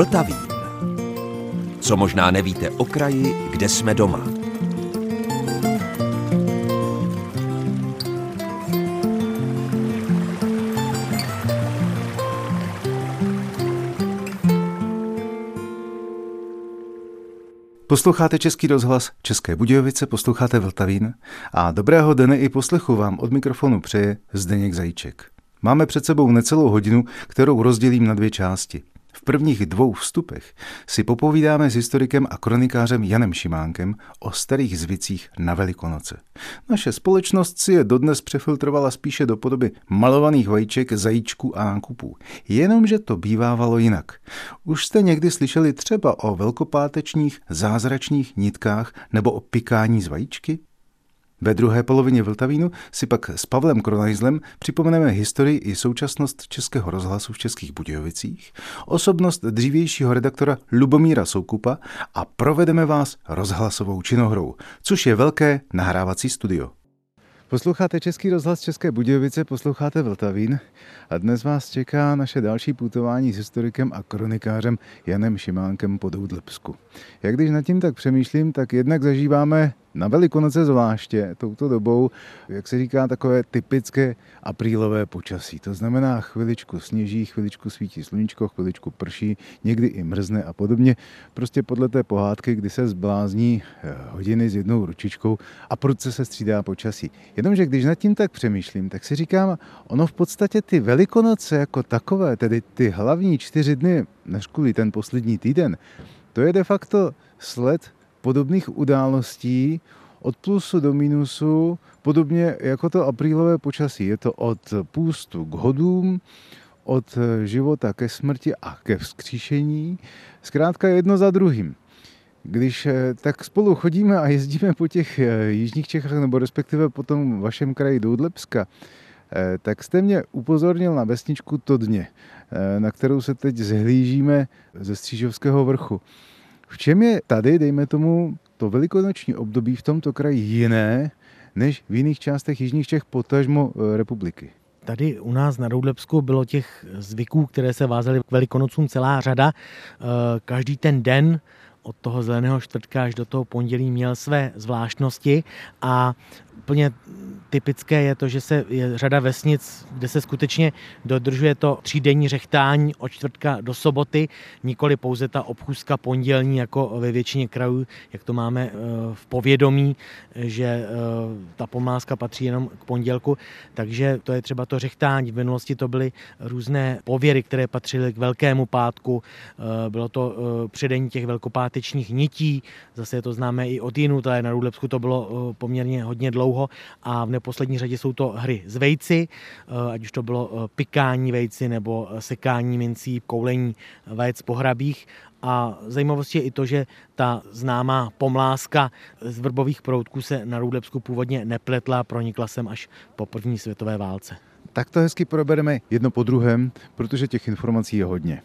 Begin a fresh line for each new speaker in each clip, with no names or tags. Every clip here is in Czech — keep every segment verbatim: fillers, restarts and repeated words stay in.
Vltavín. Co možná nevíte o kraji, kde jsme doma.
Posloucháte Český rozhlas České Budějovice, posloucháte Vltavín a dobrého dne i poslechu vám od mikrofonu přeje Zdeněk Zajíček. Máme před sebou necelou hodinu, kterou rozdělím na dvě části. V prvních dvou vstupech si popovídáme s historikem a kronikářem Janem Šimánkem o starých zvicích na Velikonoce. Naše společnost si je dodnes přefiltrovala spíše do podoby malovaných vajíček, zajíčků a nákupů. Jenomže to bývávalo jinak. Už jste někdy slyšeli třeba o velkopátečních zázračných nitkách nebo o pikání z vajíčky? Ve druhé polovině Vltavínu si pak s Pavlem Kronajzlem připomeneme historii i současnost Českého rozhlasu v Českých Budějovicích, osobnost dřívějšího redaktora Lubomíra Soukupa a provedeme vás rozhlasovou činohrou, což je velké nahrávací studio. Posloucháte Český rozhlas České Budějovice, posloucháte Vltavín a dnes vás čeká naše další putování s historikem a kronikářem Janem Šimánkem po Doudlebsku. Jak když nad tím tak přemýšlím, tak jednak zažíváme na Velikonoce zvláště touto dobou, jak se říká, takové typické aprílové počasí. To znamená, chviličku sněží, chviličku svítí sluníčko, chviličku prší, někdy i mrzne a podobně. Prostě podle té pohádky, kdy se zblázní hodiny s jednou ručičkou a prudce se střídá počasí. Jenomže když nad tím tak přemýšlím, tak si říkám, ono v podstatě ty Velikonoce jako takové, tedy ty hlavní čtyři dny, než kvůli ten poslední týden, to je de facto sled podobných událostí od plusu do minusu, podobně jako to aprílové počasí. Je to od půstu k hodům, od života ke smrti a ke vzkříšení. Zkrátka jedno za druhým. Když tak spolu chodíme a jezdíme po těch jižních Čechách, nebo respektive po tom vašem kraji Doudlebska, tak jste mě upozornil na vesničku Todně, na kterou se teď zhlížíme ze Střížovského vrchu. V čem je tady, dejme tomu, to velikonoční období v tomto kraji jiné, než v jiných částech jižních Čech, potažmo republiky?
Tady u nás na Doudlebsku bylo těch zvyků, které se vázaly k Velikonocům, celá řada. Každý ten den od toho zeleného čtvrtka až do toho pondělí měl své zvláštnosti a úplně typické je to, že se je řada vesnic, kde se skutečně dodržuje to třídenní řechtání od čtvrtka do soboty, nikoli pouze ta obchůzka pondělní, jako ve většině krajů, jak to máme v povědomí, že ta pomlázka patří jenom k pondělku, takže to je třeba to řechtání. V minulosti to byly různé pověry, které patřily k Velkému pátku, bylo to předení těch velkopátečních nití, zase je to známé i od jinut, ale na Doudlebsku to bylo poměrně hodně dlouho a v neposlední řadě jsou to hry z vejci, ať už to bylo pikání vejci nebo sekání mincí, koulení vajec po hrabích. A zajímavostí je i to, že ta známá pomlázka z vrbových proutků se na Doudlebsku původně nepletla, pronikla sem až po první světové válce.
Tak to hezky probereme jedno po druhém, protože těch informací je hodně.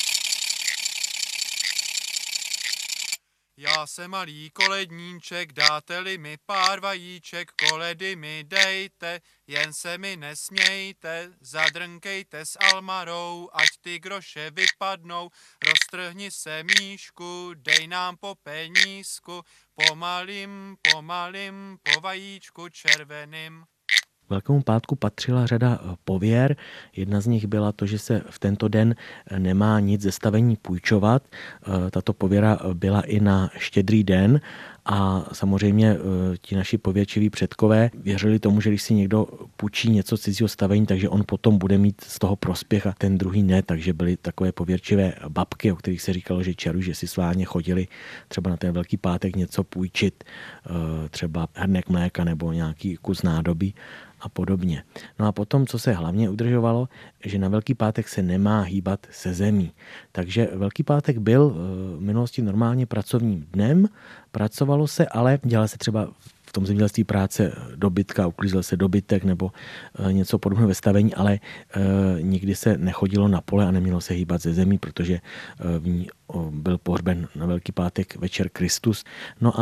Já jsem malý koledníček, dáte-li mi pár vajíček, koledy mi dejte, jen se mi nesmějte, zadrnkejte s almarou, ať ty groše vypadnou, roztrhni se míšku, dej nám po penízku, pomalým, pomalým, po vajíčku červeným.
Velkému pátku patřila řada pověr. Jedna z nich byla to, že se v tento den nemá nic ze stavení půjčovat. Tato pověra byla i na Štědrý den a samozřejmě ti naši pověrčiví předkové věřili tomu, že když si někdo půjčí něco cizího stavení, takže on potom bude mít z toho prospěch a ten druhý ne, takže byly takové pověrčivé babky, o kterých se říkalo, že čarují, že si sválně chodili třeba na ten Velký pátek něco půjčit, třeba hrnek mléka nebo nějaký kus nádoby a podobně. No a potom, co se hlavně udržovalo, že na Velký pátek se nemá hýbat se zemí. Takže Velký pátek byl v minulosti normálně pracovním dnem, pracovalo se, ale dělalo se třeba v tom zemědělství práce dobytka, uklízel se dobytek nebo něco podobného ve stavení, ale nikdy se nechodilo na pole a nemělo se hýbat ze zemí, protože v ní byl pohřben na Velký pátek večer Kristus. No a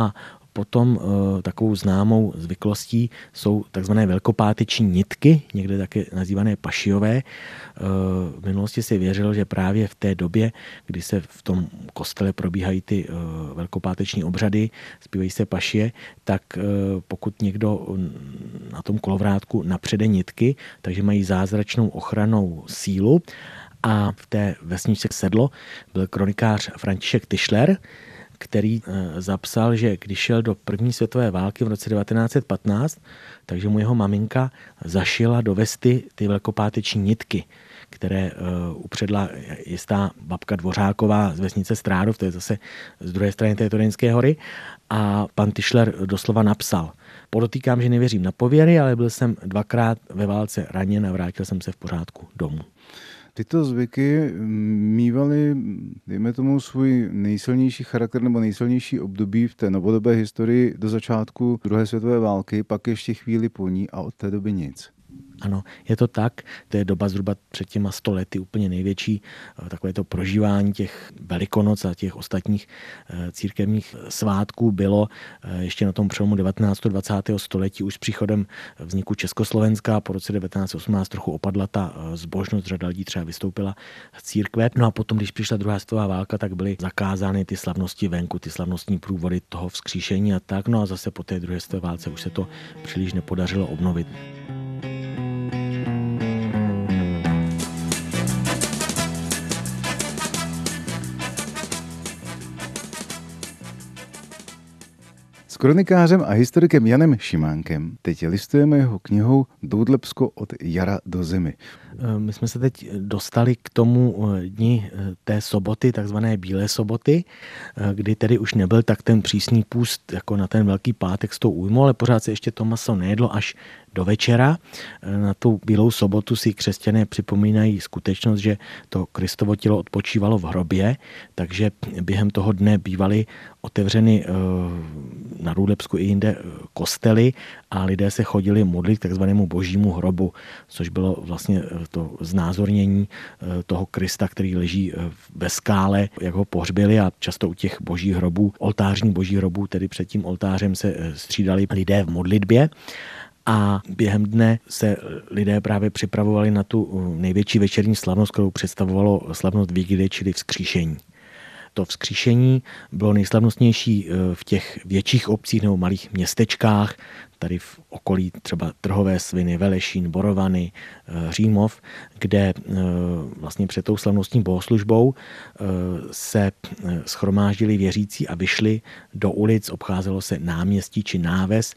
Potom takovou známou zvyklostí jsou takzvané velkopáteční nitky, někde také nazývané pašijové. V minulosti se věřilo, že právě v té době, kdy se v tom kostele probíhají ty velkopáteční obřady, zpívají se pašije, tak pokud někdo na tom kolovrátku napřede nitky, takže mají zázračnou ochrannou sílu. A v té vesničce Sedlo byl kronikář František Tischler, který zapsal, že když šel do první světové války v roce devatenáct set patnáct, takže mu jeho maminka zašila do vesty ty velkopáteční nitky, které upředla jistá babka Dvořáková z vesnice Strádov, to je zase z druhé strany té Turynské hory, a pan Tischler doslova napsal: podotýkám, že nevěřím na pověry, ale byl jsem dvakrát ve válce raněn a vrátil jsem se v pořádku domů.
Tyto zvyky mívaly, dejme tomu, svůj nejsilnější charakter nebo nejsilnější období v té novodobé historii do začátku druhé světové války, pak ještě chvíli po ní a od té doby nic.
Ano, je to tak. To je doba zhruba před těma sto lety úplně největší takové to prožívání těch Velikonoc a těch ostatních církevních svátků bylo ještě na tom přelomu devatenáctého dvacátého století už s příchodem vzniku Československa. Po roce devatenáct set osmnáct trochu opadla ta zbožnost, řada lidí třeba vystoupila z církve. No a potom, když přišla druhá světová válka, tak byly zakázány ty slavnosti venku, ty slavnostní průvody toho vzkříšení a tak. No a zase po té druhé světové válce už se to příliš nepodařilo obnovit.
S kronikářem a historikem Janem Šimánkem teď listujeme jeho knihou Doudlebsko od jara do zimy.
My jsme se teď dostali k tomu dni té soboty, takzvané Bílé soboty, kdy tedy už nebyl tak ten přísný půst jako na ten Velký pátek s tou újmou, ale pořád se ještě to maso nejedlo až do večera. Na tu Bílou sobotu si křesťané připomínají skutečnost, že to Kristovo tělo odpočívalo v hrobě, takže během toho dne bývaly otevřeny na Růdlebsku i jinde kostely a lidé se chodili modlit k takzvanému božímu hrobu, což bylo vlastně to znázornění toho Krista, který leží ve skále, jak ho pohřbili, a často u těch božích hrobů, oltářních božích hrobů, tedy před tím oltářem se střídali lidé v modlitbě. A během dne se lidé právě připravovali na tu největší večerní slavnost, kterou představovalo slavnost Vigilie, čili vzkříšení. To vzkříšení bylo nejslavnostnější v těch větších obcích nebo malých městečkách, tady v okolí třeba Trhové Sviny, Velešín, Borovany, Římov, kde vlastně před tou slavnostní bohoslužbou se shromáždili věřící a vyšli do ulic, obcházelo se náměstí či náves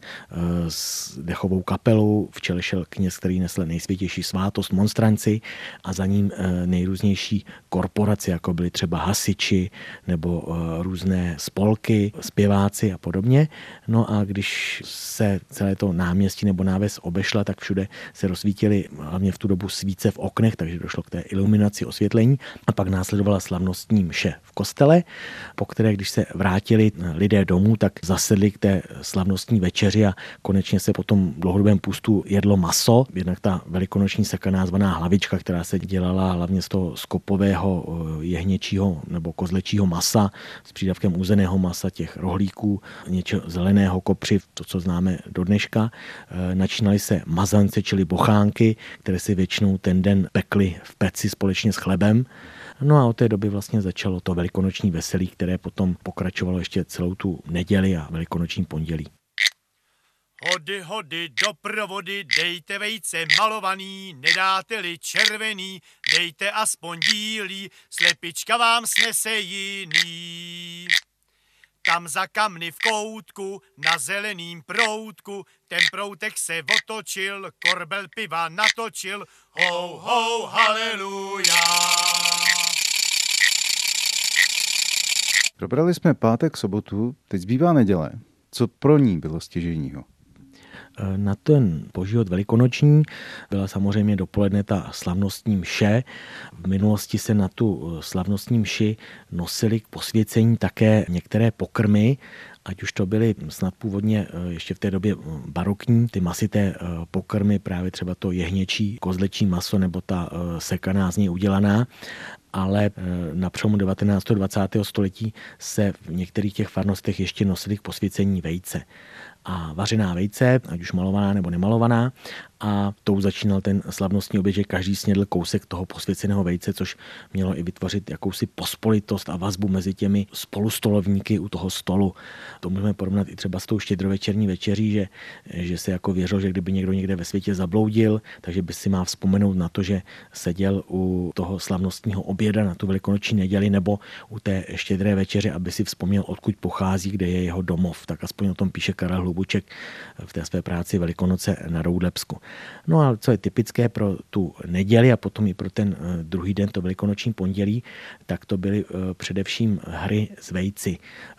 s dechovou kapelou, v čele šel kněz, který nesl nejsvětější svátost, monstranci, a za ním nejrůznější korporace, jako byly třeba hasiči nebo různé spolky, zpěváci a podobně. No a když se celé to náměstí nebo náves obešla, tak všude se rozsvítily hlavně v tu dobu svíce v oknech, takže došlo k té iluminaci, osvětlení, a pak následovala slavnostní mše v kostele, po které, když se vrátili lidé domů, tak zasedli k té slavnostní večeři a konečně se po tom dlouhodobém půstu jedlo maso, jednak ta velikonoční sekaná zvaná hlavička, která se dělala hlavně z toho skopového jehněčího nebo kozlečího masa s přídavkem uzeného masa, těch rohlíků, něčeho zeleného, kopřiv, to, co známe do dneška. Načínaly se mazance, čili bochánky, které si většinou ten den pekly v peci společně s chlebem. No a od té doby vlastně začalo to velikonoční veselí, které potom pokračovalo ještě celou tu neděli a velikonoční pondělí.
Hody, hody, do provody, dejte vejce malovaný, nedáte-li červený, dejte aspoň bílý, slepička vám snese jiný. Tam za kamny v koutku, na zeleným proutku, ten proutek se otočil, korbel piva natočil, ho, ho, haleluja.
Probrali jsme pátek, sobotu, teď zbývá neděle. Co pro ní bylo stěžejního?
Na ten požihot velikonoční byla samozřejmě dopoledne ta slavnostní mše. V minulosti se na tu slavnostní mši nosily k posvěcení také některé pokrmy, ať už to byly snad původně ještě v té době barokní, ty masité pokrmy, právě třeba to jehněčí, kozlečí maso nebo ta sekaná z něj udělaná. ale na přelomu devatenáctého a dvacátého století se v některých těch farnostech ještě nosily k posvěcení vejce. A vařená vejce, ať už malovaná nebo nemalovaná, a tou začínal ten slavnostní oběd, že každý snědl kousek toho posvěceného vejce, což mělo i vytvořit jakousi pospolitost a vazbu mezi těmi spolustolovníky u toho stolu. To můžeme porovnat i třeba s tou štědrovečerní večeří, že, že se jako věřil, že kdyby někdo někde ve světě zabloudil, takže by si má vzpomenout na to, že seděl u toho slavnostního oběda na tu velikonoční neděli nebo u té štědré večeře, aby si vzpomněl, odkud pochází, kde je jeho domov. Tak aspoň o tom píše Karel Hlubuček v té své práci Velikonoce na Roudlepsku. No a co je typické pro tu neděli a potom i pro ten druhý den, to velikonoční pondělí, tak to byly především hry z vejci.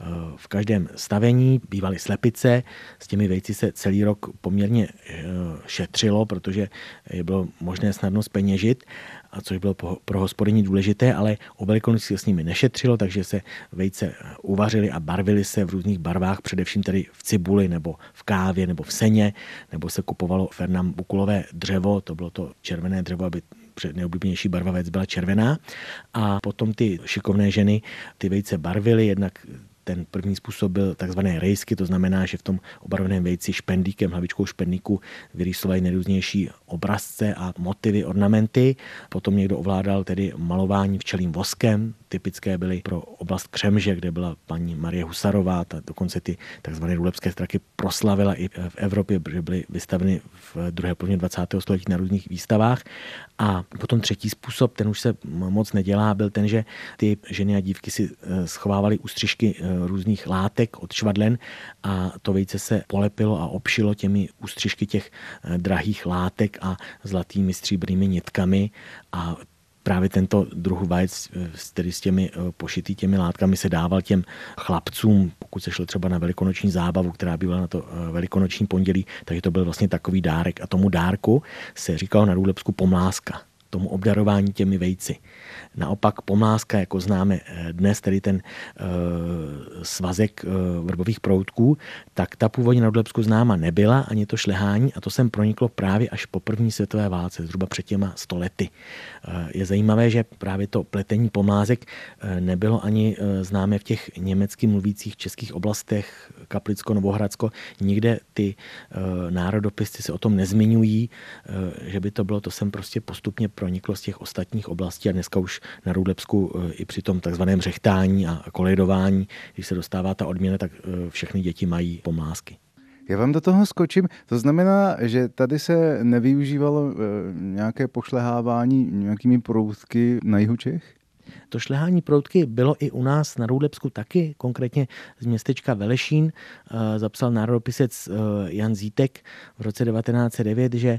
V každém stavení bývaly slepice, s těmi vejci se celý rok poměrně šetřilo, protože je bylo možné snadno zpeněžit, a což bylo pro hospodyni důležité, ale o Velikonoci se s nimi nešetřilo, takže se vejce uvařily a barvily se v různých barvách, především tedy v cibuli nebo v kávě nebo v seně, nebo se kupovalo fernambukulové dřevo, to bylo to červené dřevo, aby nejoblíbenější barva vejc byla červená. A potom ty šikovné ženy ty vejce barvily, jednak ten první způsob byl takzvané rejsky, to znamená, že v tom obarveném vejci špendlíkem, hlavičkou špendlíku vyrýsovali nejrůznější obrazce a motivy, ornamenty. Potom někdo ovládal tedy malování včelím voskem. Typické byly pro oblast Křemže, kde byla paní Marie Husarová, ta dokonce ty takzvané rudlepské straky proslavila i v Evropě, protože byly vystaveny v druhé polovině dvacátého století na různých výstavách. A potom třetí způsob, ten už se moc nedělá, byl ten, že ty ženy a dívky si schovávaly ústřižky různých látek od švadlen a to vejce se polepilo a obšilo těmi ústřižky těch drahých látek a zlatými stříbrnými nitkami a právě tento druh vajec, tedy s těmi pošitý těmi látkami, se dával těm chlapcům, pokud se šlo třeba na velikonoční zábavu, která bývala na to velikonoční pondělí, takže to byl vlastně takový dárek. A tomu dárku se říkalo na Roudlepsku pomlázka, tomu obdarování těmi vejci. Naopak pomlázka, jako známe dnes, tedy ten e, svazek e, vrbových proutků, tak ta původně na Roudlepsku známa nebyla, ani to šlehání, a to sem proniklo právě až po první světové válce, zhruba před těma sto lety. E, je zajímavé, že právě to pletení pomlázek e, nebylo ani e, známé v těch německy mluvících českých oblastech, Kaplicko, Novohradsko. Nikde ty e, národopisci se o tom nezmiňují, e, že by to bylo, to sem prostě postupně proniklo z těch ostatních oblastí a dneska už na Roudlepsku i při tom takzvaném řechtání a koledování, když se dostává ta odměna, tak všechny děti mají pomlázky.
Já vám do toho skočím. To znamená, že tady se nevyužívalo nějaké pošlehávání nějakými proutky na jihu Čech?
To šlehání proutky bylo i u nás na Roudlepsku taky, konkrétně z městečka Velešín. Zapsal národopisec Jan Zítek v roce devatenáct set devět, že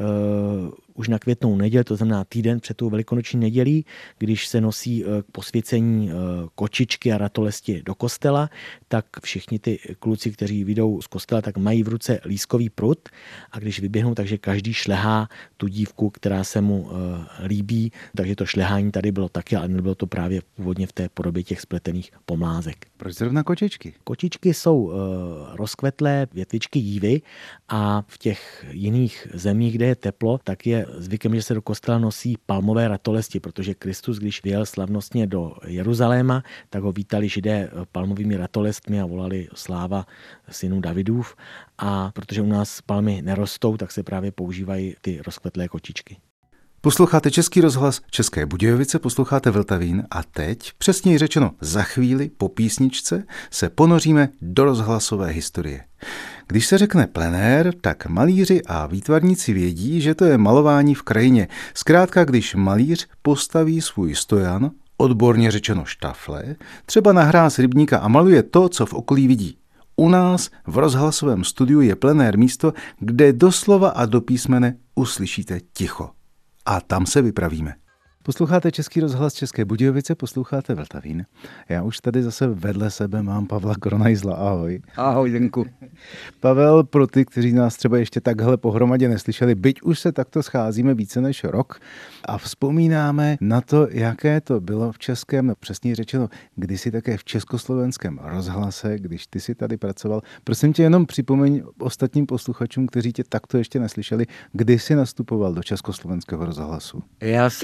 už na Květnou neděli, to znamená týden před tou velikonoční nedělí, když se nosí k posvěcení kočičky a ratolesti do kostela, tak všichni ty kluci, kteří vyjdou z kostela, tak mají v ruce lískový prut a když vyběhnou, takže každý šlehá tu dívku, která se mu líbí, takže to šlehání tady bylo taky, ale nebylo to právě původně v té podobě těch spletených pomlázek.
Proč zrovna kočičky?
Kočičky jsou uh, rozkvetlé větvičky jívy a v těch jiných zemích, kde je teplo, tak je zvykem, že se do kostela nosí palmové ratolesti, protože Kristus, když vyjel slavnostně do Jeruzaléma, tak ho vítali Židé palmovými ratolestmi a volali sláva synů Davidův. A protože u nás palmy nerostou, tak se právě používají ty rozkvetlé kočičky.
Posloucháte Český rozhlas České Budějovice, posloucháte Vltavín a teď, přesněji řečeno za chvíli po písničce, se ponoříme do rozhlasové historie. Když se řekne plenér, tak malíři a výtvarníci vědí, že to je malování v krajině. Zkrátka, když malíř postaví svůj stojan, odborně řečeno štafle, třeba na hráz rybníka a maluje to, co v okolí vidí. U nás v rozhlasovém studiu je plenér místo, kde doslova a do písmene uslyšíte ticho. A tam se vypravíme. Posloucháte Český rozhlas České Budějovice, posloucháte Vltavín. Já už tady zase vedle sebe mám Pavla Kronajzla. Ahoj.
Ahoj, Denku.
Pavel, pro ty, kteří nás třeba ještě takhle pohromadě neslyšeli, byť už se takto scházíme více než rok a vzpomínáme na to, jaké to bylo v českém, no přesně řečeno, kdysi také v československém rozhlase, když ty si tady pracoval. Prosím tě, jenom připomeň ostatním posluchačům, kteří tě takto ještě neslyšeli, kdy jsi nastupoval do československého rozhlasu.
Já jsem nastupoval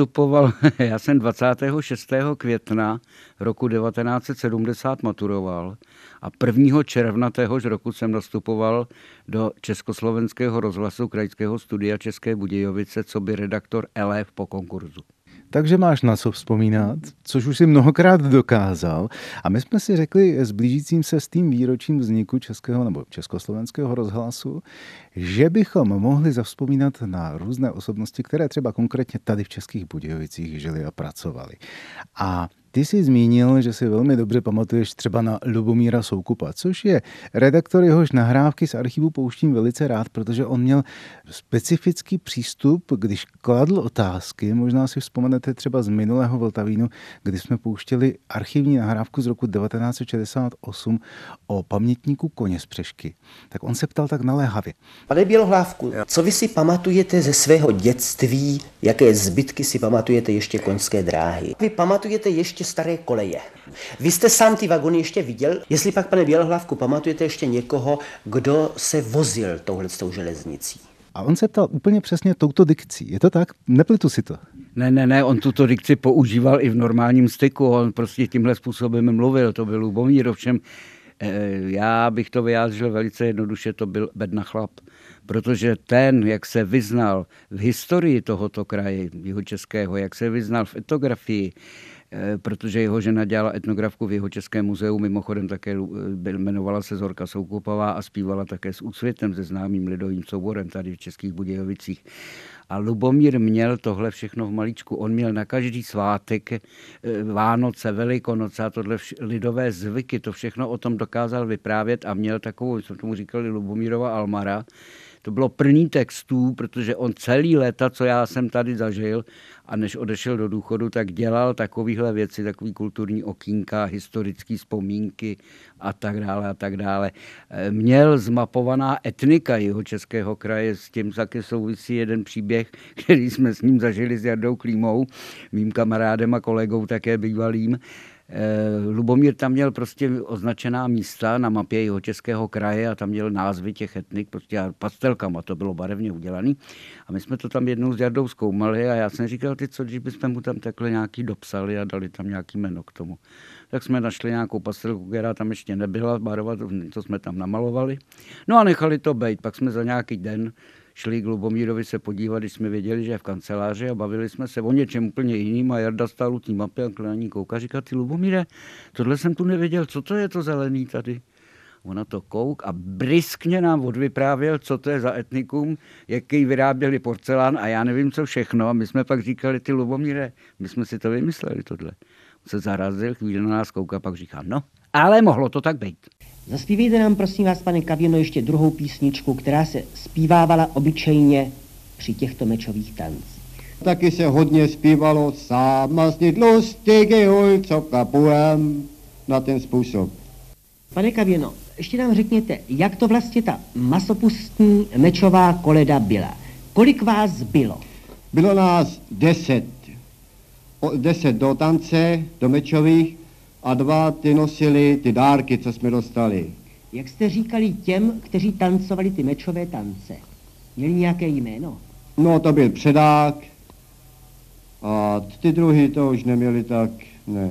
nastupoval, já jsem dvacátého šestého května roku devatenáct set sedmdesát maturoval a prvního června téhož roku jsem nastupoval do Československého rozhlasu Krajského studia České Budějovice, co by redaktor elév po konkurzu.
Takže máš na co vzpomínat, což už si mnohokrát dokázal. A my jsme si řekli s blížícím se s tím výročím vzniku Českého nebo Československého rozhlasu, že bychom mohli zavzpomínat na různé osobnosti, které třeba konkrétně tady v Českých Budějovicích žili a pracovali. A ty jsi zmínil, že si velmi dobře pamatuješ třeba na Lubomíra Soukupa, což je redaktor, jehož nahrávky z archivu pouštím velice rád, protože on měl specifický přístup, když kladl otázky. Možná si vzpomenete třeba z minulého Vltavínu, kdy jsme pouštěli archivní nahrávku z roku devatenáct set šedesát osm o pamětníku Koně z Přešky. Tak on se ptal tak naléhavě.
Pane Bělohlávku, co vy si pamatujete ze svého dětství, jaké zbytky si pamatujete ještě koňské dráhy? Vy pamatujete ještě staré koleje. Vy jste sám ty vagony ještě viděl? Jestli pak, pane Bělohlávku, pamatujete ještě někoho, kdo se vozil touhletou železnicí?
A on se ptal úplně přesně touto dikcí. Je to tak? Nepletu si to.
Ne, ne, ne, on tuto dikci používal i v normálním styku. On prostě tímhle způsobem mluvil. To byl Lubomír, ovšem já bych to vyjádřil velice jednoduše, to byl bedna chlap. Protože ten, jak se vyznal v historii tohoto kraje jihočeského, jak se vyznal v etnografii, protože jeho žena dělala etnografku v Jihočeském muzeu, mimochodem také jmenovala se Zorka Soukupová a zpívala také s Úsvitem, se známým lidovým souborem tady v Českých Budějovicích. A Lubomír měl tohle všechno v malíčku. On měl na každý svátek, Vánoce, Velikonoce a tohle lidové zvyky, to všechno o tom dokázal vyprávět a měl takovou, co tomu říkali Lubomírova almara. To bylo plný textů, protože on celý léta, co já jsem tady zažil a než odešel do důchodu, tak dělal takovéhle věci, takový kulturní okýnka, historické vzpomínky a tak dále a tak dále. Měl zmapovaná etnika Jihočeského kraje, s tím taky souvisí jeden příběh, který jsme s ním zažili s Jardou Klímou, mým kamarádem a kolegou také bývalým. Lubomír tam měl prostě označená místa na mapě Jihočeského kraje a tam měl názvy těch etnik prostě pastelkama, to bylo barevně udělané. A my jsme to tam jednou s Jardou zkoumali a já jsem říkal, ty co, když bychom mu tam takhle nějaký dopsali a dali tam nějaký jméno k tomu. Tak jsme našli nějakou pastelku, která tam ještě nebyla, barva, to jsme tam namalovali. No a nechali to bejt, pak jsme za nějaký den šli k Lubomírovi se podívat, když jsme věděli, že je v kanceláři a bavili jsme se o něčem úplně jiným a Jarda stál u té mapy a na ní kouká. Říká, ty Lubomíre, tohle jsem tu nevěděl, co to je to zelený tady? Ona to kouk a briskně nám odvyprávěl, co to je za etnikum, jaký vyráběli porcelán a já nevím, co všechno. A my jsme pak říkali, ty Lubomíre, my jsme si to vymysleli tohle. On se zarazil, chvíli na nás kouká, pak říká, no, ale mohlo to tak být.
Zaspívejte nám, prosím vás, pane Kavino, ještě druhou písničku, která se zpívávala obyčejně při těchto mečových tancích.
Taky se hodně zpívalo sámasnit lustige co kapujem na ten způsob.
Pane Kavino, ještě nám řekněte, jak to vlastně ta masopustní mečová koleda byla. Kolik vás bylo?
Bylo nás deset. O, deset do tance, do mečových, a dva ty nosili ty dárky, co jsme dostali.
Jak jste říkali těm, kteří tancovali ty mečové tance? Měli nějaké jméno?
No, to byl předák. A ty druhý to už neměli tak, ne.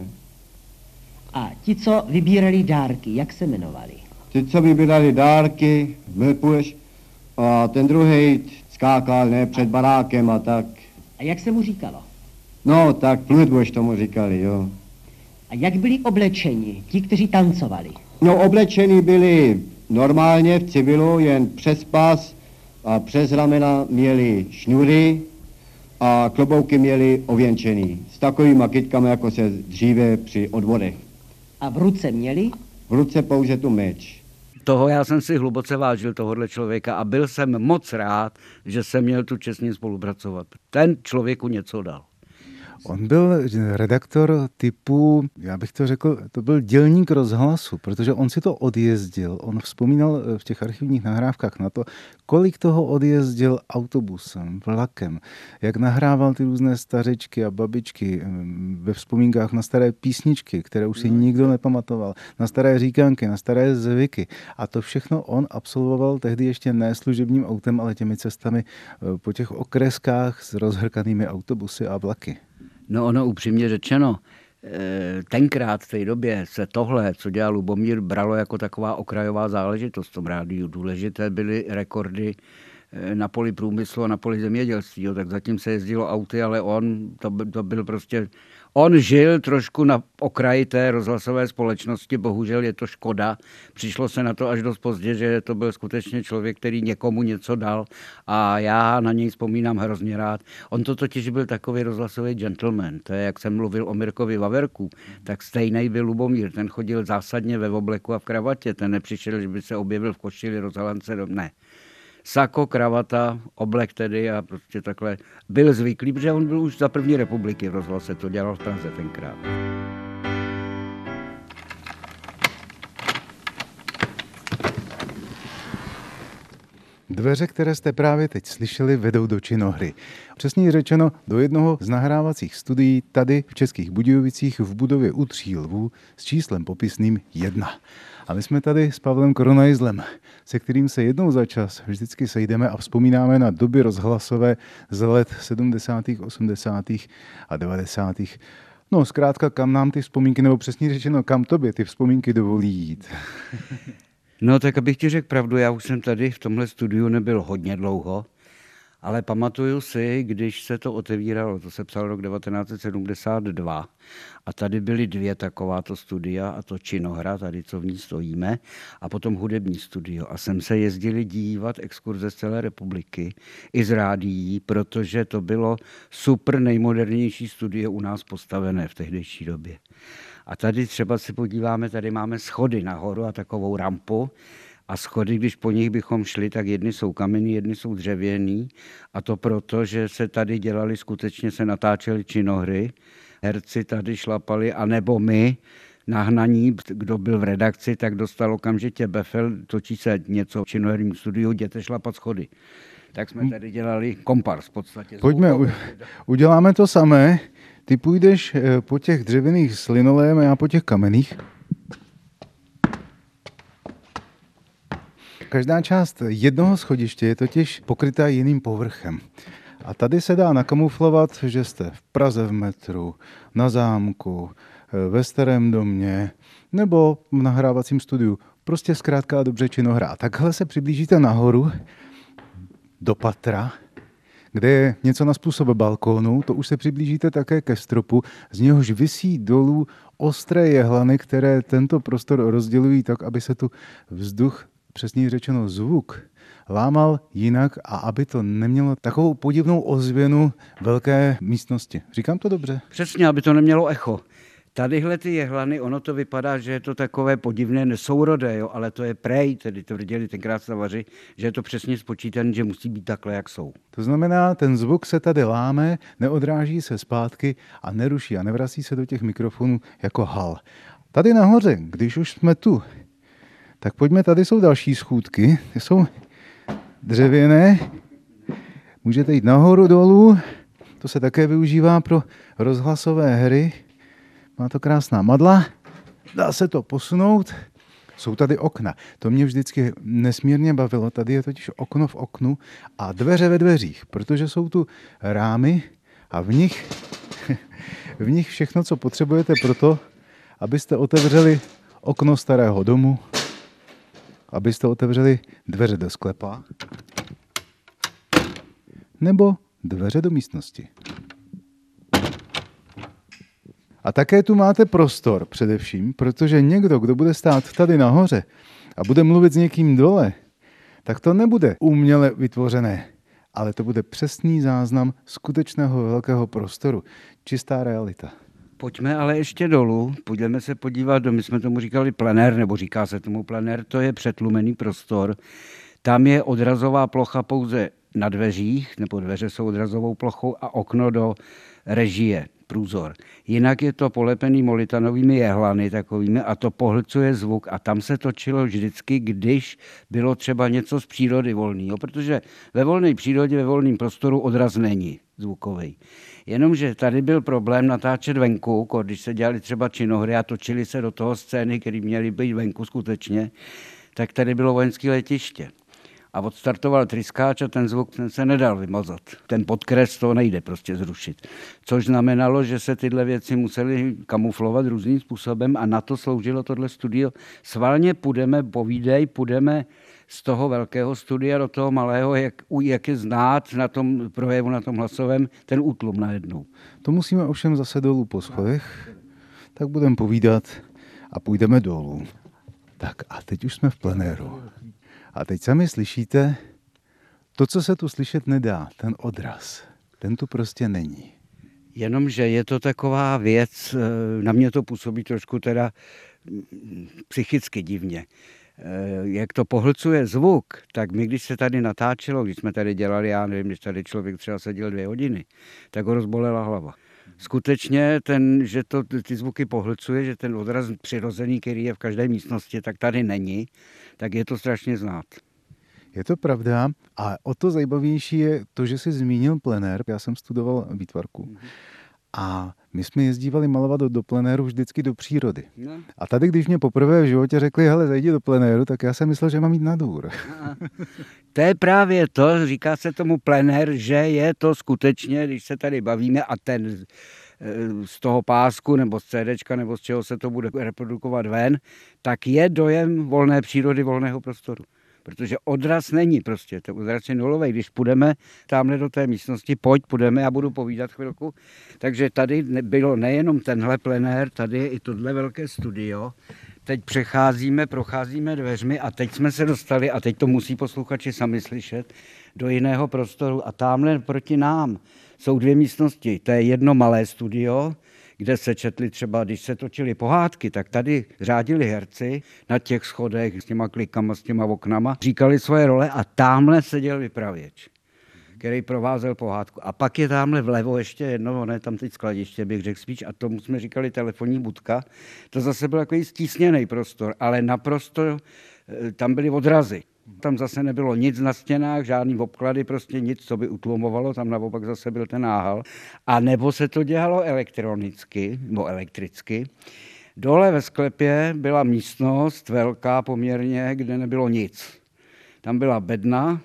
A ti, co vybírali dárky, jak se jmenovali?
Ty, co vybírali dárky, mlpuješ, a ten druhý skákal, ne, před barákem a tak.
A jak se mu říkalo?
No, tak pludbuš tomu říkali, jo.
A jak byli oblečeni ti, kteří tancovali?
No, oblečeni byli normálně v civilu, jen přes pás a přes ramena měli šňůry a klobouky měli ověnčený. S takovýma kytkami, jako se dříve při odvodech.
A v ruce měli?
V ruce pouze tu meč.
Toho já jsem si hluboce vážil, tohohle člověka, a byl jsem moc rád, že jsem měl tu čest s ním spolupracovat. Ten člověku něco dal.
On byl redaktor typu, já bych to řekl, to byl dělník rozhlasu, protože on si to odjezdil. On vzpomínal v těch archivních nahrávkách na to, kolik toho odjezdil autobusem, vlakem, jak nahrával ty různé stařečky a babičky ve vzpomínkách na staré písničky, které už si nikdo nepamatoval, na staré říkánky, na staré zvyky. A to všechno on absolvoval tehdy ještě ne služebním autem, ale těmi cestami po těch okreskách s rozhrkanými autobusy a vlaky.
No ono upřímně řečeno, tenkrát v té době se tohle, co dělal Lubomír, bralo jako taková okrajová záležitost v tom rádiu. Důležité byly rekordy na poli průmyslu a na poli zemědělství. Jo. Tak zatím se jezdilo auty, ale on to, to byl prostě... On žil trošku na okraji té rozhlasové společnosti, bohužel je to škoda. Přišlo se na to až dost pozdě, že to byl skutečně člověk, který někomu něco dal a já na něj vzpomínám hrozně rád. On to totiž byl takový rozhlasový gentleman. To je, jak jsem mluvil o Mirkovi Vaverku, tak stejnej byl Lubomír. Ten chodil zásadně ve obleku a v kravatě. Ten nepřišel, že by se objevil v košili rozhalance. Ne. Sako, kravata, oblek tedy a prostě takhle byl zvyklý, protože on byl už za první republiky v rozhlase, to dělal v Praze tenkrát.
Dveře, které jste právě teď slyšeli, vedou do činohry. Přesněji řečeno do jednoho z nahrávacích studií tady v Českých Budějovicích v budově U tří lvů s číslem popisným jedna. A my jsme tady s Pavlem Koronajzlem, se kterým se jednou za čas vždycky sejdeme a vzpomínáme na doby rozhlasové z let sedmdesátých, osmdesátých a devadesátých. No zkrátka, kam nám ty vzpomínky, nebo přesně řečeno, kam tobě ty vzpomínky dovolí jít?
No tak abych ti řekl pravdu, já už jsem tady v tomhle studiu nebyl hodně dlouho, ale pamatuju si, když se to otevíralo, to se psalo rok devatenáct set sedmdesát dva a tady byly dvě takováto studia, a to činohra, tady co v ní stojíme, a potom hudební studio. A sem se jezdili dívat exkurze z celé republiky i z rádií, protože to bylo super nejmodernější studio u nás postavené v tehdejší době. A tady třeba si podíváme, tady máme schody nahoru a takovou rampu. A schody, když po nich bychom šli, tak jedny jsou kamenný, jedny jsou dřevěný. A to proto, že se tady dělali, skutečně se natáčely činohry. Herci tady šlapali, anebo my, nahnaní, kdo byl v redakci, tak dostal okamžitě befel, točí se něco v činoherním studiu, jděte šlapat schody. Tak jsme tady dělali kompars v podstatě.
Pojďme, u, uděláme to samé. Ty půjdeš po těch dřevěných s linolejem a já po těch kamenných. Každá část jednoho schodiště je totiž pokrytá jiným povrchem. A tady se dá nakamuflovat, že jste v Praze v metru, na zámku, ve starém domě nebo v nahrávacím studiu. Prostě zkrátka a dobře činohra. A takhle se přiblížíte nahoru do patra, kde je něco na způsob balkónu, to už se přiblížíte také ke stropu, z něhož visí dolů ostré jehlany, které tento prostor rozdělují tak, aby se tu vzduch, přesněji řečeno zvuk, lámal jinak a aby to nemělo takovou podivnou ozvěnu velké místnosti. Říkám to dobře?
Přesně, aby to nemělo echo. Tadyhle ty jehlany, ono to vypadá, že je to takové podivné nesourodé, jo, ale to je prej, tedy tvrdili tenkrát stavaři, že je to přesně spočítané, že musí být takhle, jak jsou.
To znamená, ten zvuk se tady láme, neodráží se zpátky a neruší a nevrací se do těch mikrofonů jako hal. Tady nahoře, když už jsme tu, tak pojďme, tady jsou další schůdky, ty jsou dřevěné, můžete jít nahoru dolů, to se také využívá pro rozhlasové hry. Má to krásná madla, dá se to posunout. Jsou tady okna. To mě vždycky nesmírně bavilo. Tady je totiž okno v oknu a dveře ve dveřích, protože jsou tu rámy a v nich, v nich všechno, co potřebujete pro to, abyste otevřeli okno starého domu, abyste otevřeli dveře do sklepa nebo dveře do místnosti. A také tu máte prostor především, protože někdo, kdo bude stát tady nahoře a bude mluvit s někým dole, tak to nebude uměle vytvořené, ale to bude přesný záznam skutečného velkého prostoru. Čistá realita.
Pojďme ale ještě dolů, půjdeme se podívat, do, my jsme tomu říkali plenér, nebo říká se tomu plenér, to je přetlumený prostor. Tam je odrazová plocha pouze na dveřích, nebo dveře jsou odrazovou plochou a okno do režie. průzor. Jinak je to polepený molitanovými jehlany takovými a to pohlcuje zvuk a tam se točilo vždycky, když bylo třeba něco z přírody volného, protože ve volné přírodě, ve volném prostoru odraz není zvukový. Jenomže tady byl problém natáčet venku, když se dělali třeba činohry a točili se do toho scény, které měly být venku skutečně, tak tady bylo vojenské letiště. A odstartoval tryskáč a ten zvuk ten se nedal vymazat. Ten podkres to nejde prostě zrušit. Což znamenalo, že se tyhle věci musely kamuflovat různým způsobem a na to sloužilo tohle studio. Svalně půjdeme, povídej, půjdeme z toho velkého studia do toho malého, jak, jak je znát na tom projevu, na tom hlasovém, ten útlum najednou.
To musíme ovšem zase dolů po schodech, tak budeme povídat a půjdeme dolů. Tak a teď už jsme v plenéru. A teď sami slyšíte to, co se tu slyšet nedá, ten odraz. Ten tu prostě není.
Jenomže je to taková věc, na mě to působí trošku teda psychicky divně. Jak to pohlcuje zvuk, tak my, když se tady natáčelo, když jsme tady dělali, já nevím, když tady člověk třeba seděl dvě hodiny, tak ho rozbolela hlava. Skutečně, ten, že to ty zvuky pohlcuje, že ten odraz přirozený, který je v každé místnosti, tak tady není, tak je to strašně znát.
Je to pravda a o to zajímavější je to, že jsi zmínil plenér. Já jsem studoval výtvarku a my jsme jezdívali malovat do, do plenéru vždycky do přírody. No. A tady, když mě poprvé v životě řekli, hele, zajdi do plenéru, tak já jsem myslel, že mám jít na dvůr.
To je právě to, říká se tomu plenér, že je to skutečně, když se tady bavíme a ten z toho pásku nebo z CDčka nebo z čeho se to bude reprodukovat ven, tak je dojem volné přírody, volného prostoru. Protože odraz není prostě, to odraz je nulový. Když půjdeme tamhle do té místnosti, pojď, půjdeme, já budu povídat chvilku. Takže tady bylo nejenom tenhle plenér, tady je i tohle velké studio. Teď přecházíme, procházíme dveřmi a teď jsme se dostali, a teď to musí posluchači sami slyšet, do jiného prostoru. A tamhle proti nám jsou dvě místnosti. To je jedno malé studio, kde se četli třeba, když se točili pohádky, tak tady řádili herci na těch schodech s těma klikama, s těma oknama, říkali svoje role a tamhle seděl vypravěč, který provázel pohádku. A pak je tamhle vlevo ještě jedno, ne, tam teď skladiště, bych řekl spíš, a tomu jsme říkali telefonní budka. To zase byl takový stísněný prostor, ale naprosto tam byly odrazy. Tam zase nebylo nic na stěnách, žádný obklady, prostě nic, co by utlumovalo, tam naopak zase byl ten náhal. A nebo se to dělalo elektronicky, nebo elektricky. Dole ve sklepě byla místnost velká poměrně, kde nebylo nic. Tam byla bedna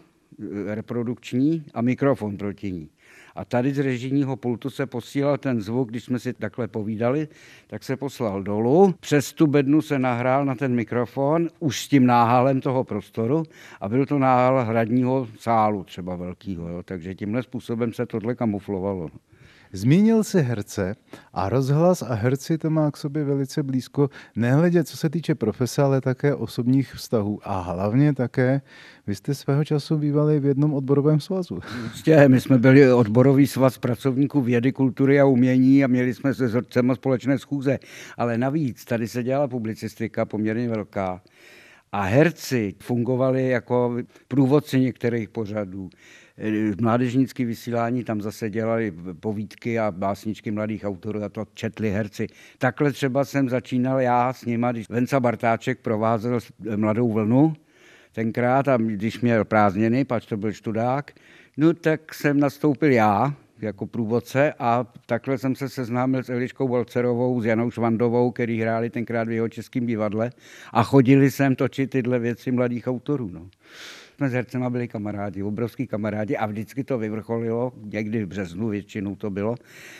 reprodukční a mikrofon proti ní. A tady z režijního pultu se posílal ten zvuk, když jsme si takhle povídali, tak se poslal dolů. Přes tu bednu se nahrál na ten mikrofon, už s tím náhalem toho prostoru a byl to náhal hradního sálu třeba velkýho. Jo. Takže tímhle způsobem se tohle kamuflovalo.
Zmínil si herce a rozhlas a herci to má k sobě velice blízko, nehledě co se týče profese, ale také osobních vztahů a hlavně také vy jste svého času bývali v jednom odborovém svazu.
Prostě, my jsme byli odborový svaz pracovníků vědy, kultury a umění a měli jsme se vzorcema společné schůze, ale navíc tady se dělala publicistika poměrně velká. A herci fungovali jako průvodci některých pořadů. Mládežnické vysílání, tam zase dělali povídky a básničky mladých autorů a to četli herci. Takhle třeba jsem začínal já s nima, když Venca Bartáček provázel Mladou vlnu tenkrát a když měl prázdniny, pač to byl študák, no tak jsem nastoupil já jako průvodce a takhle jsem se seznámil s Eliškou Balcerovou, s Janou Švandovou, který hráli tenkrát v Jihočeském divadle a chodili sem točit tyhle věci mladých autorů. No. Jsme s hercema byli kamarádi, obrovský kamarádi a vždycky to vyvrcholilo, někdy v březnu většinou to bylo,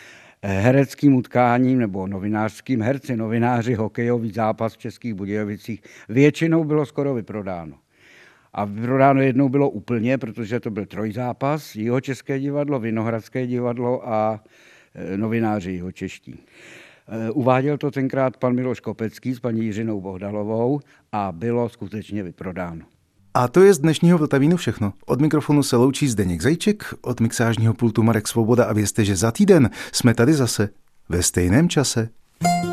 hereckým utkáním nebo novinářským herci, novináři, hokejový zápas v Českých Budějovicích. Většinou bylo skoro vyprodáno. A vyprodáno jednou bylo úplně, protože to byl trojzápas, Jihočeské divadlo, Vinohradské divadlo a novináři jihočeští. Uváděl to tenkrát pan Miloš Kopecký s paní Jiřinou Bohdalovou a bylo skutečně vyprodáno.
A to je z dnešního Vltavínu všechno. Od mikrofonu se loučí Zdeněk Zajíček, od mixážního pultu Marek Svoboda a vězte, že za týden jsme tady zase ve stejném čase.